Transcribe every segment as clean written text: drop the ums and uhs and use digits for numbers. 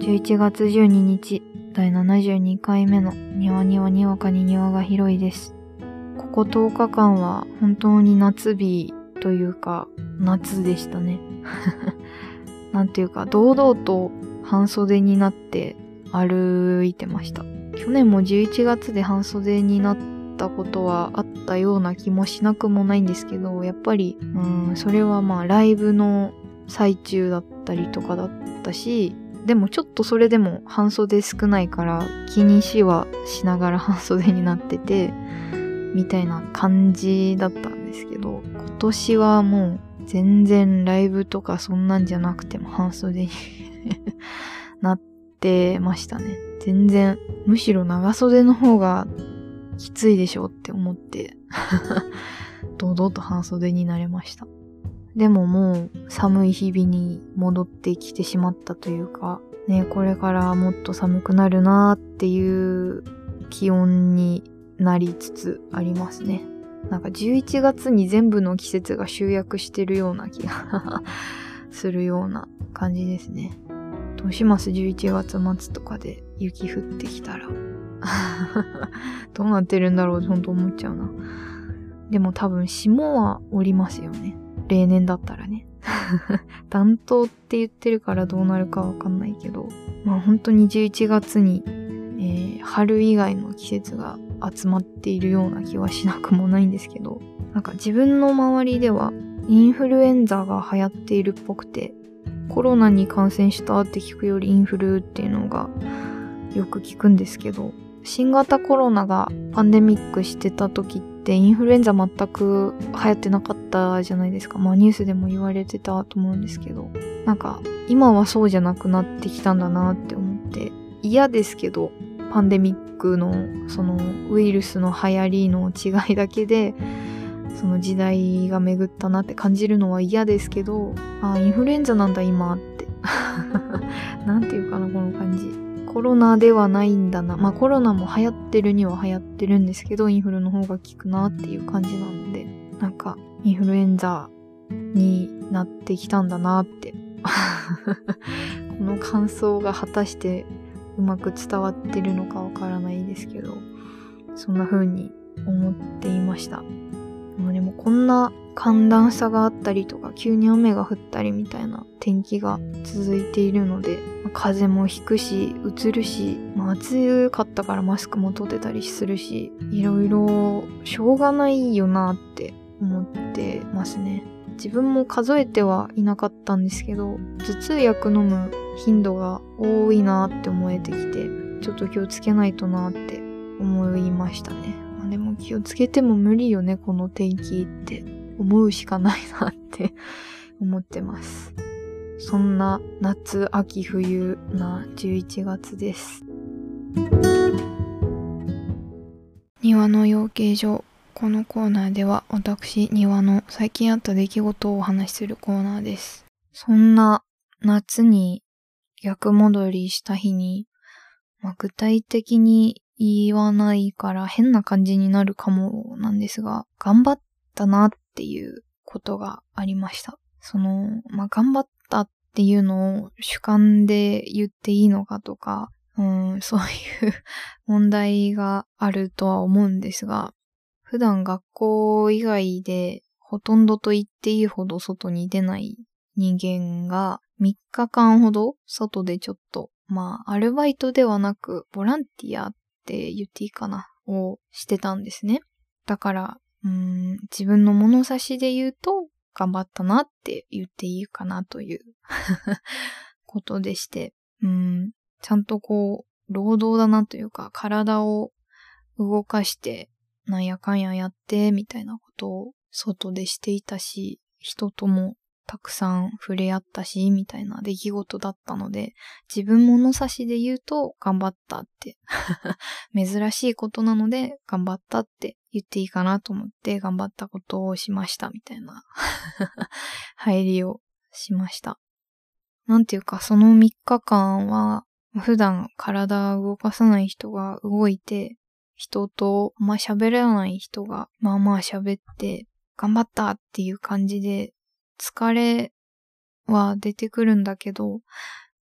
11月12日、第72回目の庭にはにわかに庭が広いです。ここ10日間は本当に夏日というか、夏でしたね。なんていうか、堂々と半袖になって歩いてました。去年も11月で半袖になったことはあったような気もしなくもないんですけど、やっぱり、それはライブの最中だったりとかだったし、でもちょっとそれでも半袖少ないから気にしはしながら半袖になってて、みたいな感じだったんですけど、今年はもう全然ライブとかそんなんじゃなくても半袖になってましたね。全然、むしろ長袖の方がきついでしょって思って堂々と半袖になれました。でももう寒い日々に戻ってきてしまったというか、ね、これからもっと寒くなるなーっていう気温になりつつありますね。なんか11月に全部の季節が集約してるような気がするような感じですね。どうします ?11 月末とかで雪降ってきたら。どうなってるんだろうってほんと思っちゃうな。でも多分霜は降りますよね。例年だったらね。暖冬って言ってるからどうなるかわかんないけど、本当に11月に、春以外の季節が集まっているような気はしなくもないんですけど、なんか自分の周りではインフルエンザが流行っているっぽくて、コロナに感染したって聞くよりインフルっていうのがよく聞くんですけど、新型コロナがパンデミックしてた時ってインフルエンザ全く流行ってなかったじゃないですか。ニュースでも言われてたと思うんですけど、なんか今はそうじゃなくなってきたんだなって思って、嫌ですけど、パンデミックのそのウイルスの流行りの違いだけでその時代が巡ったなって感じるのは嫌ですけど、インフルエンザなんだ今ってなんていうかなこの感じ、コロナではないんだな。コロナも流行ってるには流行ってるんですけど、インフルの方が効くなっていう感じなので、なんかインフルエンザになってきたんだなってこの感想が果たしてうまく伝わってるのかわからないですけど、そんな風に思っていました。でもこんな寒暖差があったりとか急に雨が降ったりみたいな天気が続いているので、風邪もひくしうつるし、暑かったからマスクも取ってたりするし、いろいろしょうがないよなって思ってますね。自分も数えてはいなかったんですけど、頭痛薬飲む頻度が多いなって思えてきて、ちょっと気をつけないとなって思いましたね。でも気をつけても無理よねこの天気って思うしかないなって思ってます。そんな夏秋冬な11月です。庭の養鶏場。このコーナーでは私庭の最近あった出来事をお話しするコーナーです。そんな夏に逆戻りした日に、具体的に言わないから変な感じになるかもなんですが、頑張ったなっていうことがありました。頑張ったっていうのを主観で言っていいのかとか、そういう問題があるとは思うんですが、普段学校以外でほとんどと言っていいほど外に出ない人間が3日間ほど外でちょっとアルバイトではなくボランティアって言っていいかなをしてたんですね。だから自分の物差しで言うと頑張ったなって言っていいかなということでして、ちゃんと労働だなというか体を動かしてなんやかんややってみたいなことを外でしていたし、人ともたくさん触れ合ったしみたいな出来事だったので、自分物差しで言うと頑張ったって珍しいことなので頑張ったって言っていいかなと思って頑張ったことをしましたみたいな入りをしました。なんていうかその3日間は普段体を動かさない人が動いて、人と喋らない人が喋って頑張ったっていう感じで疲れは出てくるんだけど、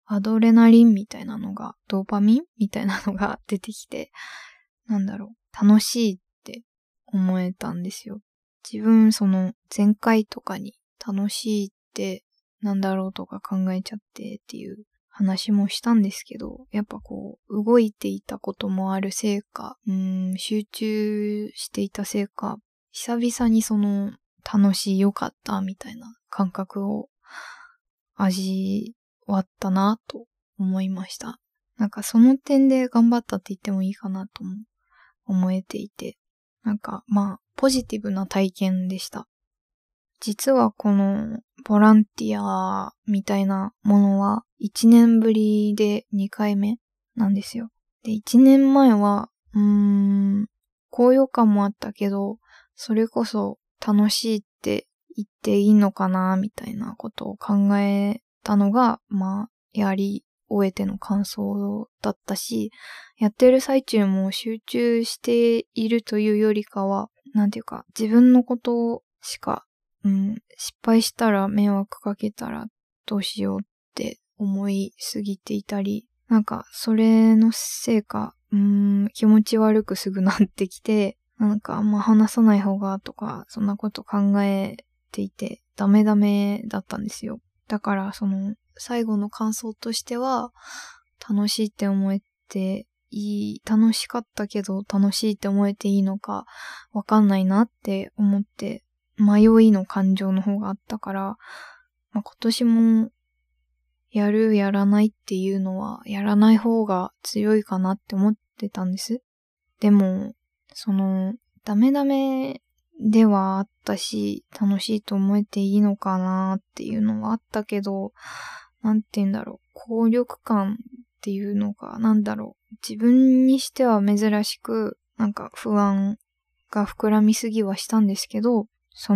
アドレナリンみたいなのが、ドーパミンみたいなのが出てきて、楽しいって思えたんですよ。自分前回とかに楽しいってなんだろうとか考えちゃってっていう話もしたんですけど、やっぱ動いていたこともあるせいか、集中していたせいか、久々に楽しい良かったみたいな感覚を味わったなと思いました。その点で頑張ったって言ってもいいかなとも思えていて、ポジティブな体験でした。実はこのボランティアみたいなものは1年ぶりで2回目なんですよ。で、1年前は、高揚感もあったけど、それこそ楽しいって言っていいのかなみたいなことを考えたのが、やり終えての感想だったし、やってる最中も集中しているというよりかは、自分のことしか、失敗したら迷惑かけたらどうしようって思いすぎていたり、それのせいか、気持ち悪くすぐなってきて、話さない方がとか、そんなこと考えていて、ダメだったんですよ。だから最後の感想としては、楽しいって思えて楽しかったけど楽しいって思えていいのかわかんないなって思って、迷いの感情の方があったから、今年もやるやらないっていうのはやらない方が強いかなって思ってたんです。でも、ダメではあったし、楽しいと思えていいのかなっていうのはあったけど、効力感っていうのが、自分にしては珍しく、不安が膨らみすぎはしたんですけど、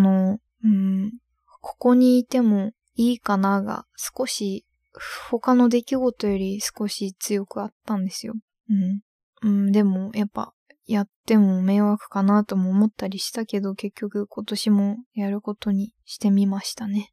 ここにいてもいいかなが少し、他の出来事より少し強くあったんですよ。でも、やっぱ、やっても迷惑かなとも思ったりしたけど、結局今年もやることにしてみましたね。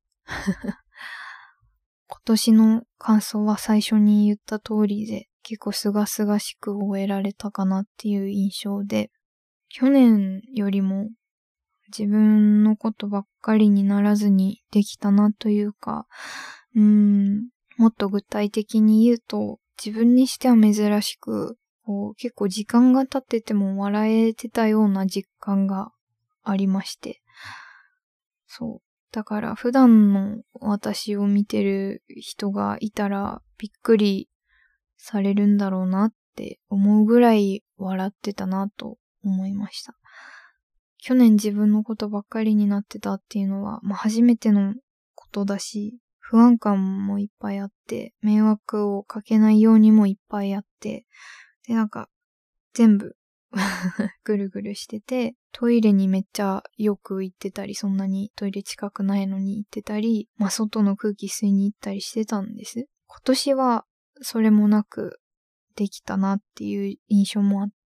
今年の感想は最初に言った通りで、結構すがすがしく終えられたかなっていう印象で、去年よりも自分のことばっかりにならずにできたなというか、もっと具体的に言うと、自分にしては珍しく、結構時間が経ってても笑えてたような実感がありまして。そう。だから普段の私を見てる人がいたらびっくりされるんだろうなって思うぐらい笑ってたなと思いました。去年自分のことばっかりになってたっていうのは、初めてのことだし、不安感もいっぱいあって、迷惑をかけないようにもいっぱいあって、で全部ぐるぐるしてて、トイレにめっちゃよく行ってたり、そんなにトイレ近くないのに行ってたり、外の空気吸いに行ったりしてたんです。今年はそれもなくできたなっていう印象もあって、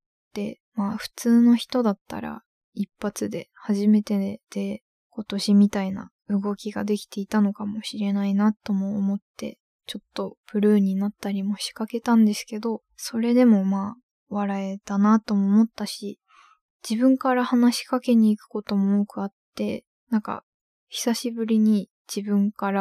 普通の人だったら一発で初めてで今年みたいな動きができていたのかもしれないなとも思って、ちょっとブルーになったりも仕掛けたんですけど、それでも笑えたなとも思ったし、自分から話しかけに行くことも多くあって、久しぶりに自分から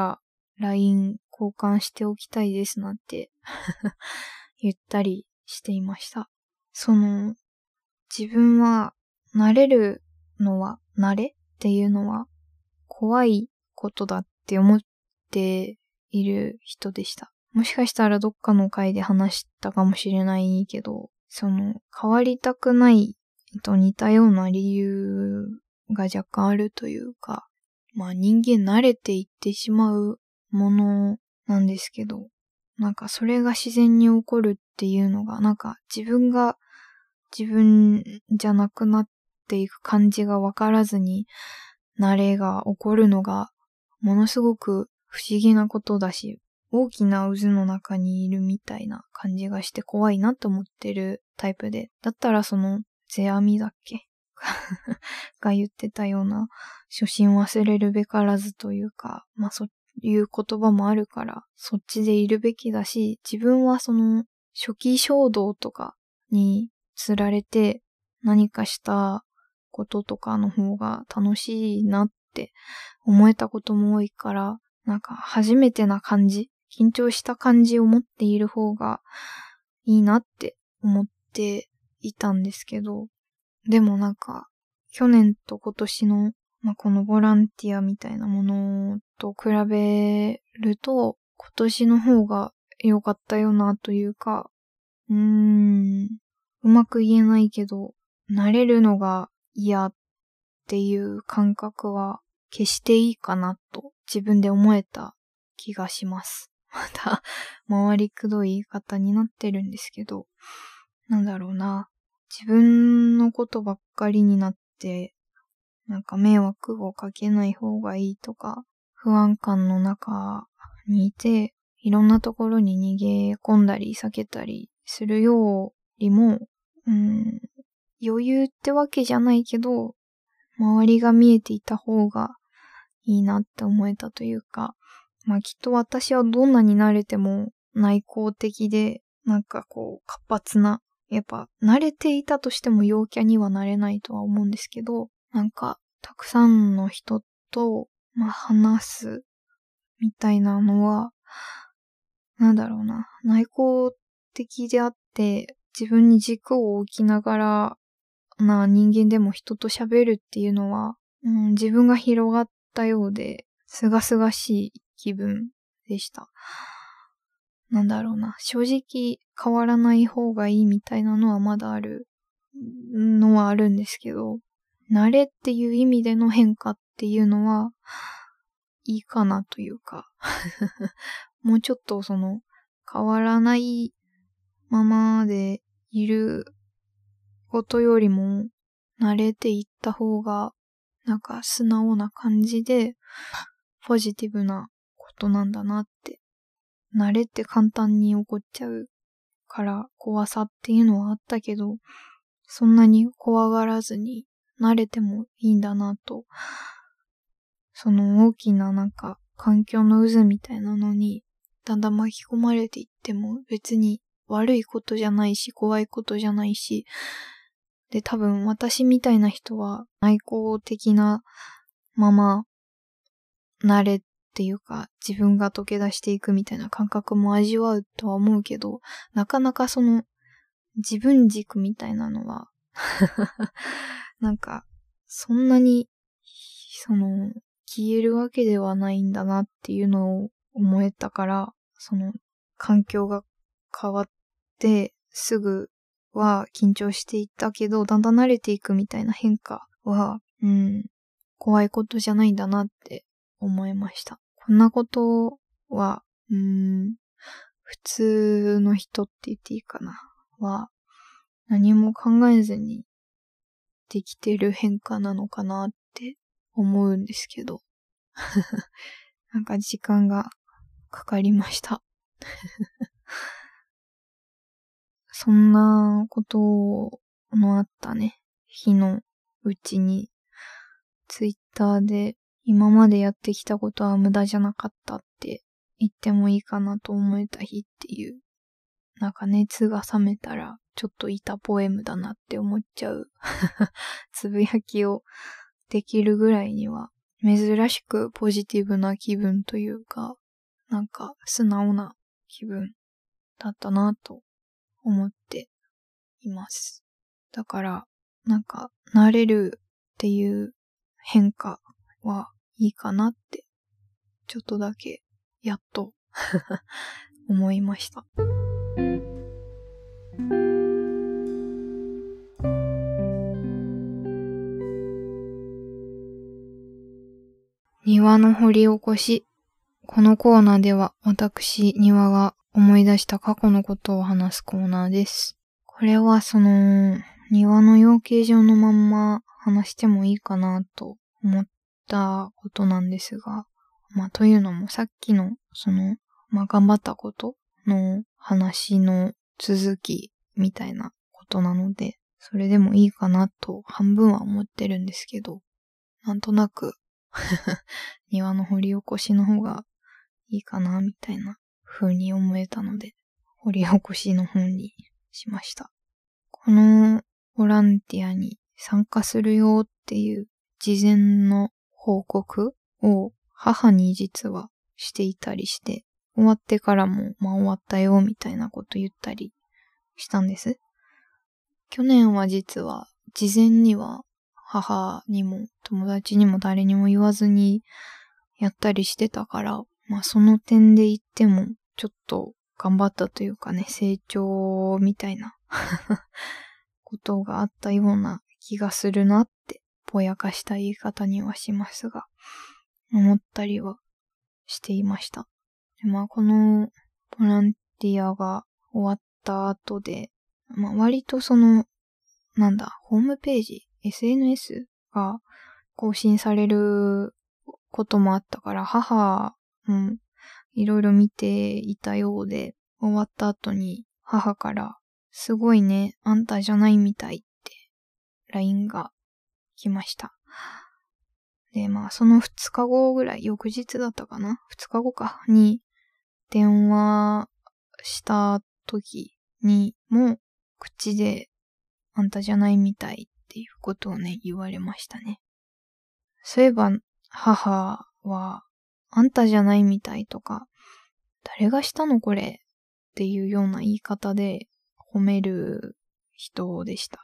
LINE 交換しておきたいですなんて言ったりしていました。自分は慣れっていうのは怖いことだって思っている人でした。もしかしたらどっかの回で話したかもしれないけど、変わりたくないと似たような理由が若干あるというか、人間慣れていってしまうものなんですけど、それが自然に起こるっていうのが、自分が自分じゃなくなっていく感じがわからずに、慣れが起こるのがものすごく不思議なことだし、大きな渦の中にいるみたいな感じがして怖いなと思ってるタイプで、だったら世阿弥だっけが言ってたような初心忘れるべからずというか、 いう言葉もあるから、そっちでいるべきだし、自分はその初期衝動とかにつられて何かしたこととかの方が楽しいなって思えたことも多いから、なんか初めてな感じ、緊張した感じを持っている方がいいなって思っていたんですけど、でもなんか去年と今年のこのボランティアみたいなものと比べると、今年の方が良かったよなというか、うまく言えないけど、慣れるのが嫌っていう感覚は消していいかなと自分で思えた気がします。また、回りくどい言い方になってるんですけど、なんだろうな。自分のことばっかりになって、なんか迷惑をかけない方がいいとか、不安感の中にいて、いろんなところに逃げ込んだり避けたりするよりも、余裕ってわけじゃないけど、周りが見えていた方がいいなって思えたというか、きっと私はどんなに慣れても内向的で、なんかこう活発な、やっぱ慣れていたとしても陽キャにはなれないとは思うんですけど、なんかたくさんの人と、話すみたいなのは、なんだろうな、内向的であって自分に軸を置きながらな人間でも人と喋るっていうのは、自分が広がったようで、すがすがしい気分でした。なんだろうな、正直変わらない方がいいみたいなのはまだあるのはあるんですけど、慣れっていう意味での変化っていうのは、いいかなというか、もうちょっと変わらないままでいることよりも慣れていった方がなんか素直な感じでポジティブなことなんだなって。慣れって簡単に起こっちゃうから怖さっていうのはあったけど、そんなに怖がらずに慣れてもいいんだなと、その大きななんか環境の渦みたいなのにだんだん巻き込まれていっても別に悪いことじゃないし怖いことじゃないし、で多分私みたいな人は内向的なまま慣れっていうか自分が溶け出していくみたいな感覚も味わうとは思うけど、なかなか自分軸みたいなのはなんかそんなに消えるわけではないんだなっていうのを思えたから、環境が変わってすぐは緊張していったけど、だんだん慣れていくみたいな変化は、怖いことじゃないんだなって思いました。こんなことは、普通の人って言っていいかな、は、何も考えずにできてる変化なのかなって思うんですけど、なんか時間がかかりました。そんなことのあったね、日のうちに、ツイッターで今までやってきたことは無駄じゃなかったって言ってもいいかなと思えた日っていう、なんか熱が冷めたらちょっといたポエムだなって思っちゃうつぶやきをできるぐらいには珍しくポジティブな気分というか、なんか素直な気分だったなと思っています。だからなんか慣れるっていう変化はいいかなってちょっとだけやっと思いました。庭の掘り起こし。このコーナーでは私、庭が思い出した過去のことを話すコーナーです。これは庭の養鶏場のまんま話してもいいかなと思ったことなんですが、というのもさっきの頑張ったことの話の続きみたいなことなので、それでもいいかなと半分は思ってるんですけど、なんとなく庭の掘り起こしの方がいいかな、みたいな風に思えたので、掘り起こしの本にしました。このボランティアに参加するよっていう事前の報告を母に実はしていたりして、終わってからも、終わったよみたいなこと言ったりしたんです。去年は実は事前には母にも友達にも誰にも言わずにやったりしてたから、その点で言ってもちょっと頑張ったというかね、成長みたいなことがあったような気がするなってぼやかした言い方にはしますが、思ったりはしていました。でこのボランティアが終わった後で、割とホームページ、SNS が更新されることもあったから、母もいろいろ見ていたようで、終わった後に母から、すごいね、あんたじゃないみたいって LINE が来ました。で、その2日後ぐらい、翌日だったかな ?2 日後かに電話した時にも口であんたじゃないみたいっていうことをね、言われましたね。そういえば母はあんたじゃないみたいとか、誰がしたのこれっていうような言い方で褒める人でした。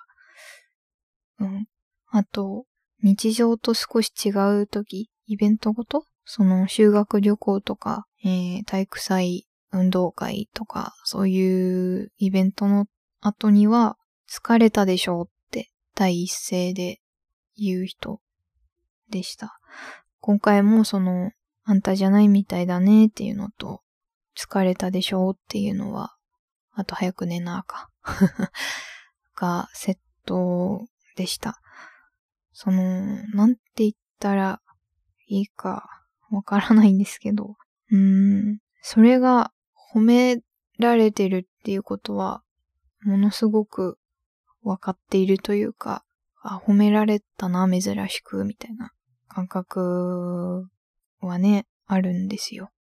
あと、日常と少し違う時、イベントごと修学旅行とか、体育祭、運動会とか、そういうイベントの後には、疲れたでしょって第一声で言う人でした。今回もあんたじゃないみたいだねっていうのと、疲れたでしょっていうのは、あと早く寝なか。がセットでした。なんて言ったらいいかわからないんですけど、それが褒められてるっていうことは、ものすごくわかっているというか、褒められたな、珍しく、みたいな感覚はね、あるんですよ。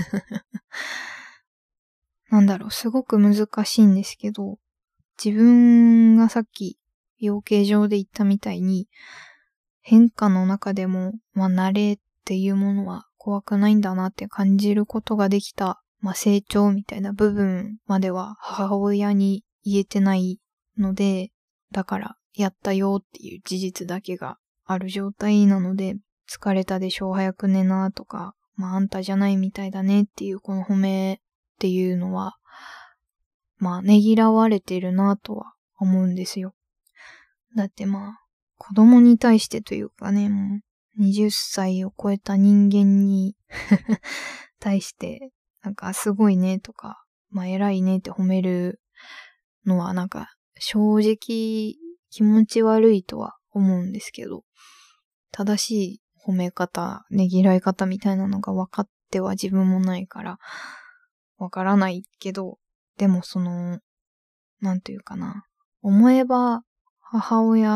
すごく難しいんですけど、自分がさっき養鶏場で言ったみたいに、変化の中でも、慣れっていうものは怖くないんだなって感じることができた、成長みたいな部分までは母親に言えてないので、だからやったよっていう事実だけがある状態なので、疲れたでしょ早く寝なとか、あんたじゃないみたいだねっていうこの褒めっていうのは、ねぎらわれてるなとは思うんですよ。だって子供に対してというかね、もう20歳を超えた人間に対して、すごいねとか、偉いねって褒めるのは正直気持ち悪いとは思うんですけど、正しい褒め方、ねぎらい方みたいなのが分かっては自分もないから、分からないけど、でもなんていうかな、思えば母親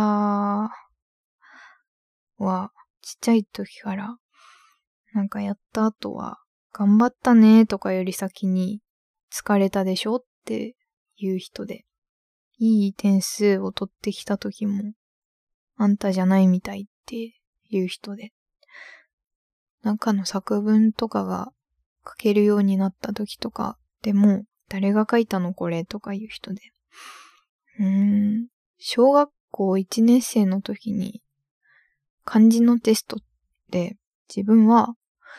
はちっちゃい時からやった後は頑張ったねとかより先に疲れたでしょっていう人で、いい点数を取ってきた時もあんたじゃないみたいっていう人で、の作文とかが書けるようになった時とかでも誰が書いたのこれとかいう人で、小学校1年生の時に漢字のテストで自分は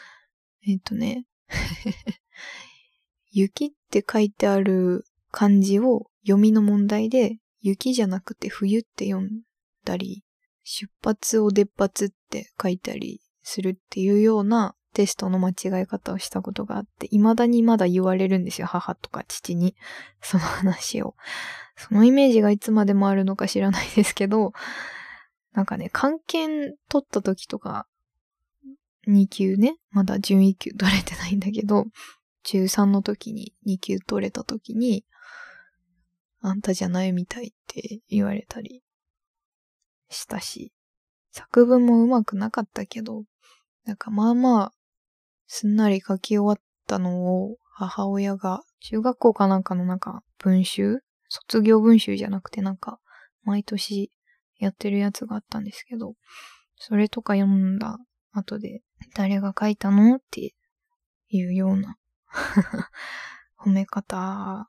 雪って書いてある漢字を読みの問題で雪じゃなくて冬って読んだり、出発を出発って書いたりするっていうようなテストの間違い方をしたことがあって、未だにまだ言われるんですよ、母とか父に。その話を。そのイメージがいつまでもあるのか知らないですけど、漢検取った時とか、2級ね、まだ準1級取れてないんだけど、中3の時に2級取れた時に、あんたじゃないみたいって言われたりしたし、作文もうまくなかったけど、すんなり書き終わっったのを母親が中学校かなんかの文集、卒業文集じゃなくて毎年やってるやつがあったんですけど、それとか読んだ後で誰が書いたのっていうような褒め方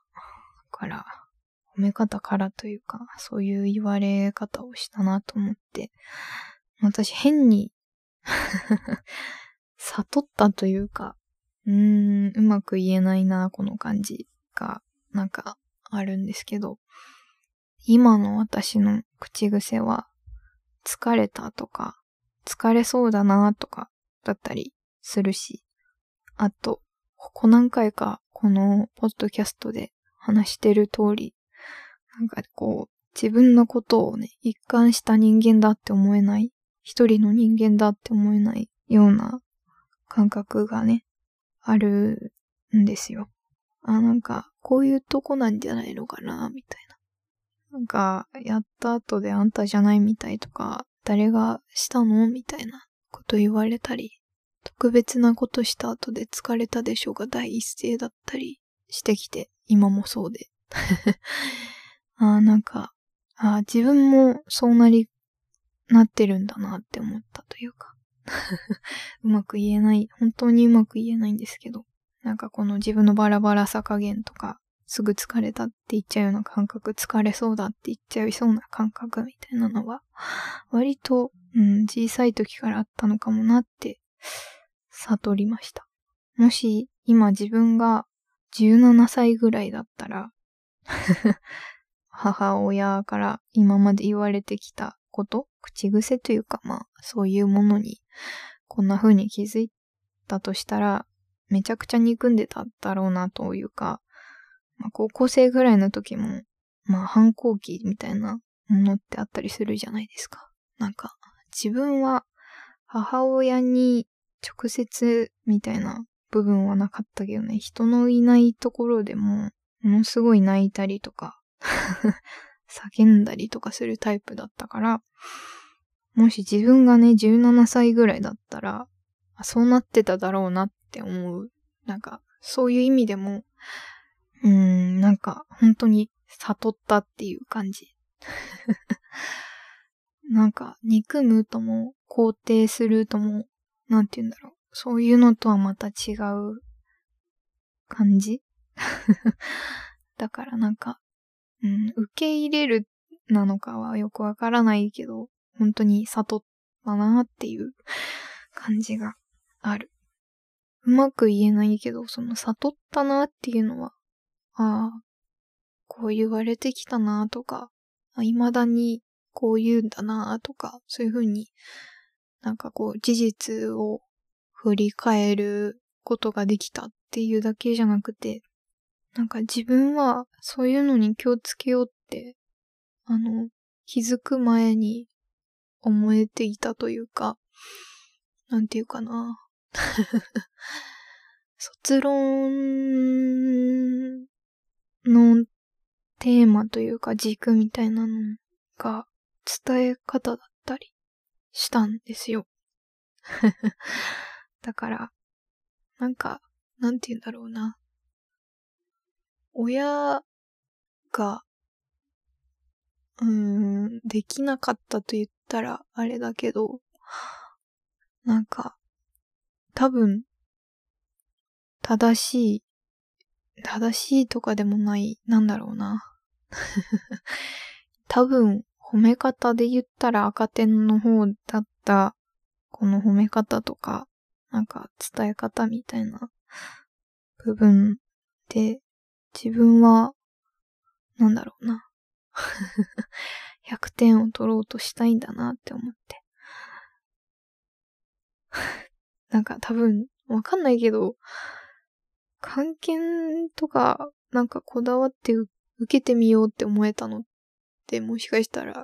からというか、そういう言われ方をしたなと思って、私変に悟ったというか、うまく言えないな、この感じがあるんですけど、今の私の口癖は、疲れたとか、疲れそうだなとかだったりするし、あと、何回かこのポッドキャストで話してる通り、自分のことをね、一貫した人間だって思えない、一人の人間だって思えないような感覚がね、あるんですよ。こういうとこなんじゃないのかな、みたいな。やった後であんたじゃないみたいとか、誰がしたのみたいなこと言われたり、特別なことした後で疲れたでしょうが第一声だったりしてきて、今もそうで。自分もそうなってるんだなって思ったというか。本当にうまく言えないんですけど、この自分のバラバラさ加減とか、すぐ疲れたって言っちゃうような感覚、疲れそうだって言っちゃいそうな感覚みたいなのは、割と、小さい時からあったのかもなって悟りました。もし今自分が17歳ぐらいだったら、母親から今まで言われてきたこと、口癖というかそういうものにこんな風に気づいたとしたら、めちゃくちゃ憎んでただろうなというか、高校生ぐらいの時も、反抗期みたいなものってあったりするじゃないですか。自分は母親に直接みたいな部分はなかったけどね、人のいないところでも、ものすごい泣いたりとか、叫んだりとかするタイプだったから、もし自分がね、17歳ぐらいだったら、そうなってただろうなって思う。そういう意味でも、本当に悟ったっていう感じ。憎むとも、肯定するとも、そういうのとはまた違う感じだから受け入れるなのかはよくわからないけど、本当に悟ったなっていう感じがある。うまく言えないけど、その悟ったなっていうのは、こう言われてきたなとか、未だにこう言うんだなとか、そういうふうに事実を振り返ることができたっていうだけじゃなくて、自分はそういうのに気をつけようって、気づく前に思えていたというか、なんていうかな。卒論のテーマというか軸みたいなのが伝え方だったりしたんですよ。だから、なんて言うんだろうな。親が、できなかったと言ったらあれだけど、多分、正しいとかでもない、多分、褒め方で言ったら赤点の方だった、この褒め方とか、伝え方みたいな部分で、自分は、100点を取ろうとしたいんだなって思って。多分、わかんないけど、漢検とか、こだわって受けてみようって思えたのって、もしかしたら、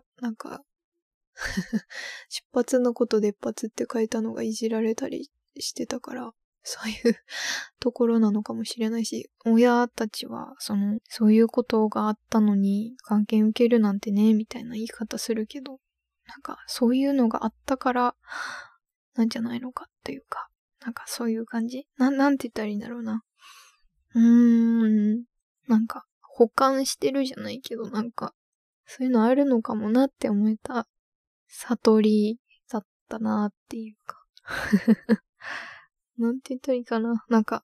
出発のこと出発って書いたのがいじられたりしてたから、そういうところなのかもしれないし、親たちは、そういうことがあったのに、漢検受けるなんてね、みたいな言い方するけど、そういうのがあったから、なんじゃないのかっていうか、 なんかそういう感じ？なんて言ったらいいんだろうな。なんか、補完してるじゃないけど、なんか、そういうのあるのかもなって思えた悟りだったなっていうか。なんて言ったらいいかな。なんか、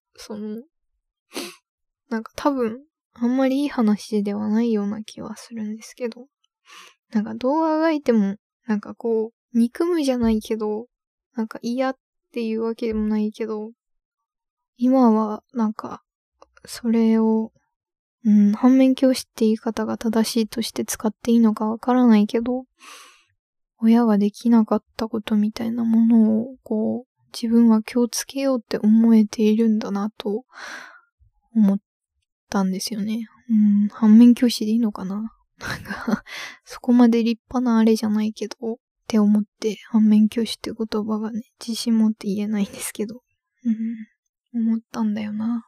なんか多分、あんまりいい話ではないような気はするんですけど、なんかどうあがいても、なんかこう、憎むじゃないけど、なんか嫌っていうわけでもないけど、今はなんか、それを、反面教師って言い方が正しいとして使っていいのかわからないけど、親ができなかったことみたいなものを、こう、自分は気をつけようって思えているんだなと思ったんですよね。反面教師でいいのかななんか、そこまで立派なあれじゃないけど、って思って、反面教師って言葉がね、自信持って言えないんですけど、思ったんだよな。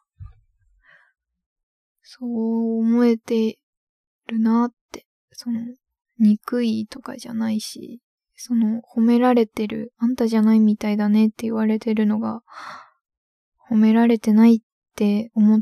そう思えてるなって、憎いとかじゃないし、褒められてる、あんたじゃないみたいだねって言われてるのが、褒められてないって思って、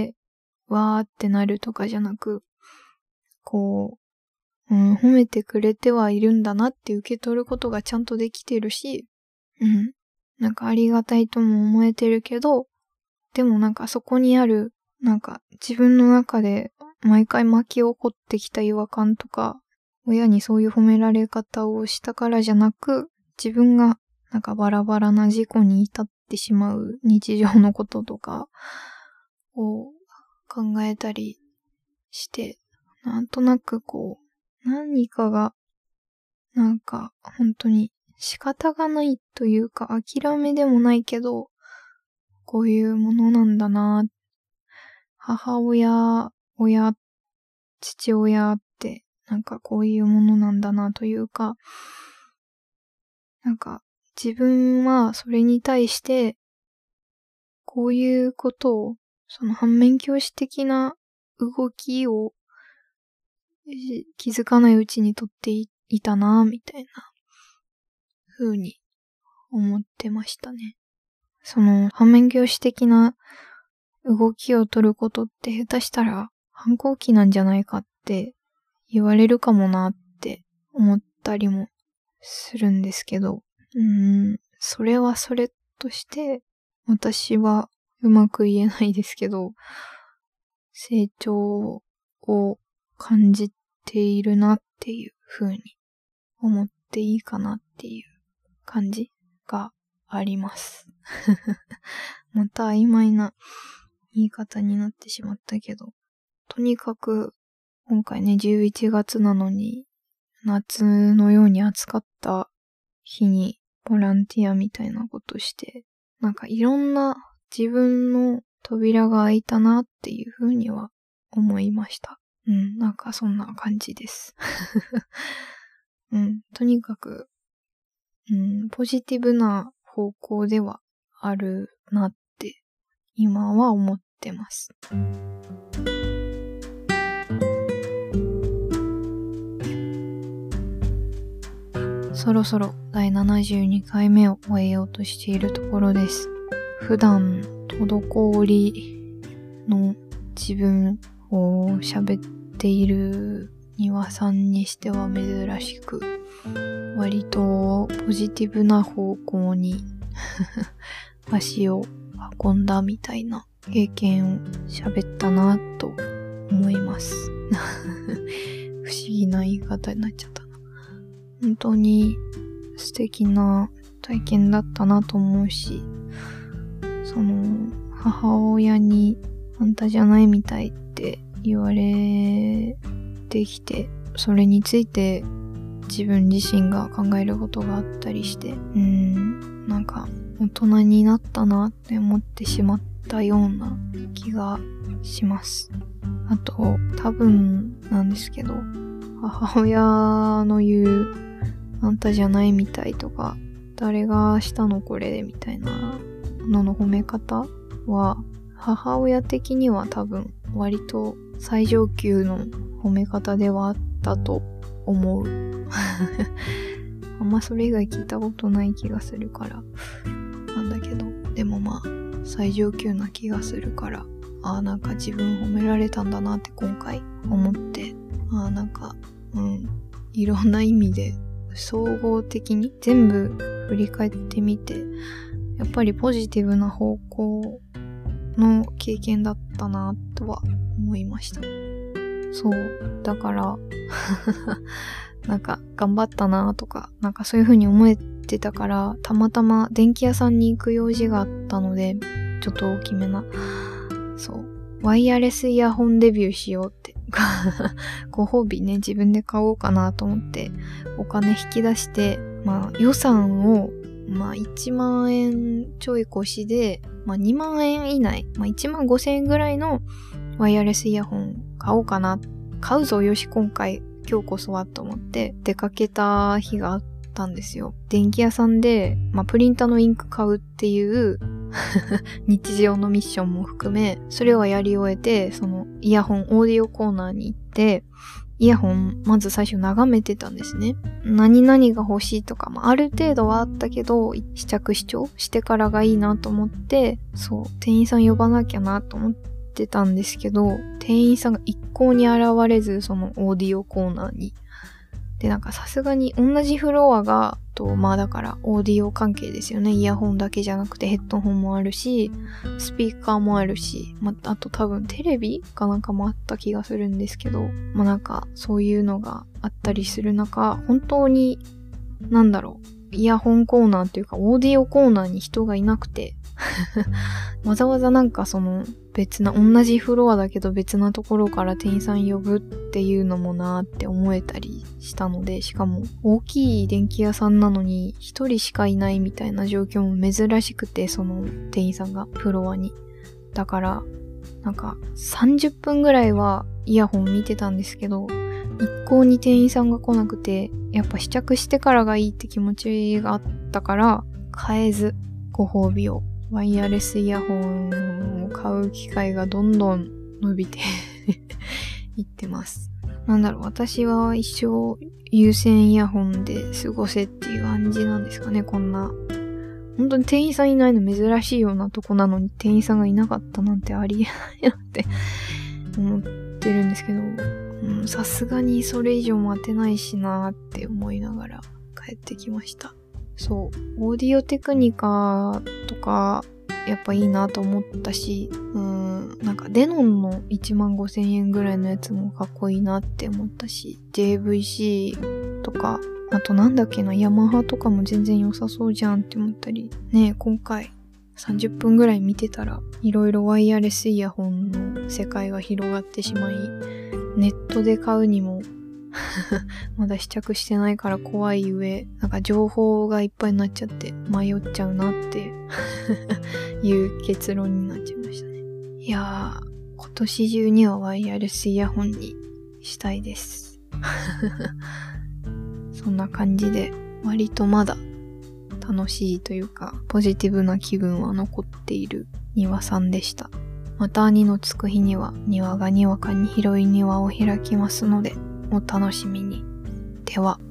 わーってなるとかじゃなく、こう、褒めてくれてはいるんだなって受け取ることがちゃんとできてるし、なんかありがたいとも思えてるけど、でもなんかそこにある、なんか自分の中で毎回巻き起こってきた違和感とか、親にそういう褒められ方をしたからじゃなく、自分がなんかバラバラな事故に至ってしまう日常のこととかを考えたりして、なんとなくこう、何かが、なんか本当に仕方がないというか諦めでもないけど、こういうものなんだな。母親、父親ってなんかこういうものなんだなというか、なんか自分はそれに対してこういうことを、反面教師的な動きを気づかないうちにとっていたなみたいな風に思ってましたね。反面教師的な動きを取ることって下手したら反抗期なんじゃないかって言われるかもなって思ったりもするんですけど、それはそれとして私はうまく言えないですけど、成長を感じているなっていう風に思っていいかなっていう感じがあります。また曖昧な言い方になってしまったけど、とにかく今回ね、11月なのに夏のように暑かった日にボランティアみたいなことして、なんかいろんな自分の扉が開いたなっていう風には思いました。なんかそんな感じです。とにかく、ポジティブな方向ではあるなって今は思ってます。そろそろ第72回目を終えようとしているところです。普段滞りの自分を喋っている庭さんにしては珍しく、割とポジティブな方向に足を運んだみたいな経験を喋ったなと思います。不思議な言い方になっちゃったな。本当に素敵な体験だったなと思うし、母親にあんたじゃないみたいって言われてきて、それについて自分自身が考えることがあったりして、なんか大人になったなって思ってしまったような気がします。あと多分なんですけど、母親の言うあんたじゃないみたいとか、誰がしたのこれみたいなのの褒め方は母親的には多分割と最上級の褒め方ではあったと思う。あんまそれ以外聞いたことない気がするからなんだけど、 でもまあ最上級な気がするから、なんか自分褒められたんだなって今回思って、なんかいろんな意味で総合的に全部振り返ってみて、やっぱりポジティブな方向の経験だったなとは思いました。そうだからなんか頑張ったなとか、なんかそういう風に思えてたから、たまたま電気屋さんに行く用事があったので、ちょっと大きめな、ワイヤレスイヤホンデビューしようってご褒美ね、自分で買おうかなと思ってお金引き出して、予算を1万円ちょい越しで、2万円以内、1万5千円ぐらいのワイヤレスイヤホン買おうかな、買うぞよし今日こそはと思って出かけた日があったんですよ。電気屋さんで、プリンターのインク買うっていう日常のミッションも含め、それをやり終えて、そのイヤホン、オーディオコーナーに行って、イヤホンまず最初眺めてたんですね。何々が欲しいとか、ある程度はあったけど、試着試聴してからがいいなと思って、店員さん呼ばなきゃなと思ってたんですけど、店員さんが一向に現れず、そのオーディオコーナーに。で、なんかさすがに同じフロアが、だからオーディオ関係ですよね。イヤホンだけじゃなくてヘッドホンもあるし、スピーカーもあるし、あと多分テレビかなんかもあった気がするんですけど、なんかそういうのがあったりする中、本当に、イヤホンコーナーっていうかオーディオコーナーに人がいなくて、わざわざなんか同じフロアだけど別なところから店員さん呼ぶっていうのもなーって思えたりしたので、しかも大きい電気屋さんなのに一人しかいないみたいな状況も珍しくて、その店員さんがフロアに。だから、なんか30分ぐらいはイヤホン見てたんですけど、一向に店員さんが来なくて、やっぱ試着してからがいいって気持ちがあったから、買えずご褒美を。ワイヤレスイヤホンを買う機会がどんどん伸びていってます。私は一生有線イヤホンで過ごせっていう感じなんですかね、こんな。本当に店員さんいないの珍しいようなとこなのに店員さんがいなかったなんてありえないなって思ってるんですけど、さすがにそれ以上待てないしなーって思いながら帰ってきました。オーディオテクニカとかやっぱいいなと思ったし、なんかデノンの1万5千円ぐらいのやつもかっこいいなって思ったし、JVC とか、あとヤマハとかも全然良さそうじゃんって思ったり、今回30分ぐらい見てたら、いろいろワイヤレスイヤホンの世界が広がってしまい、ネットで買うにもまだ試着してないから怖い上、なんか情報がいっぱいになっちゃって迷っちゃうなっていう結論になっちゃいましたね。いやー、今年中にはワイヤレスイヤホンにしたいですそんな感じで割とまだ楽しいというかポジティブな気分は残っている庭さんでした。また兄のつく日には庭がにわかに広い庭を開きますのでお楽しみに。では。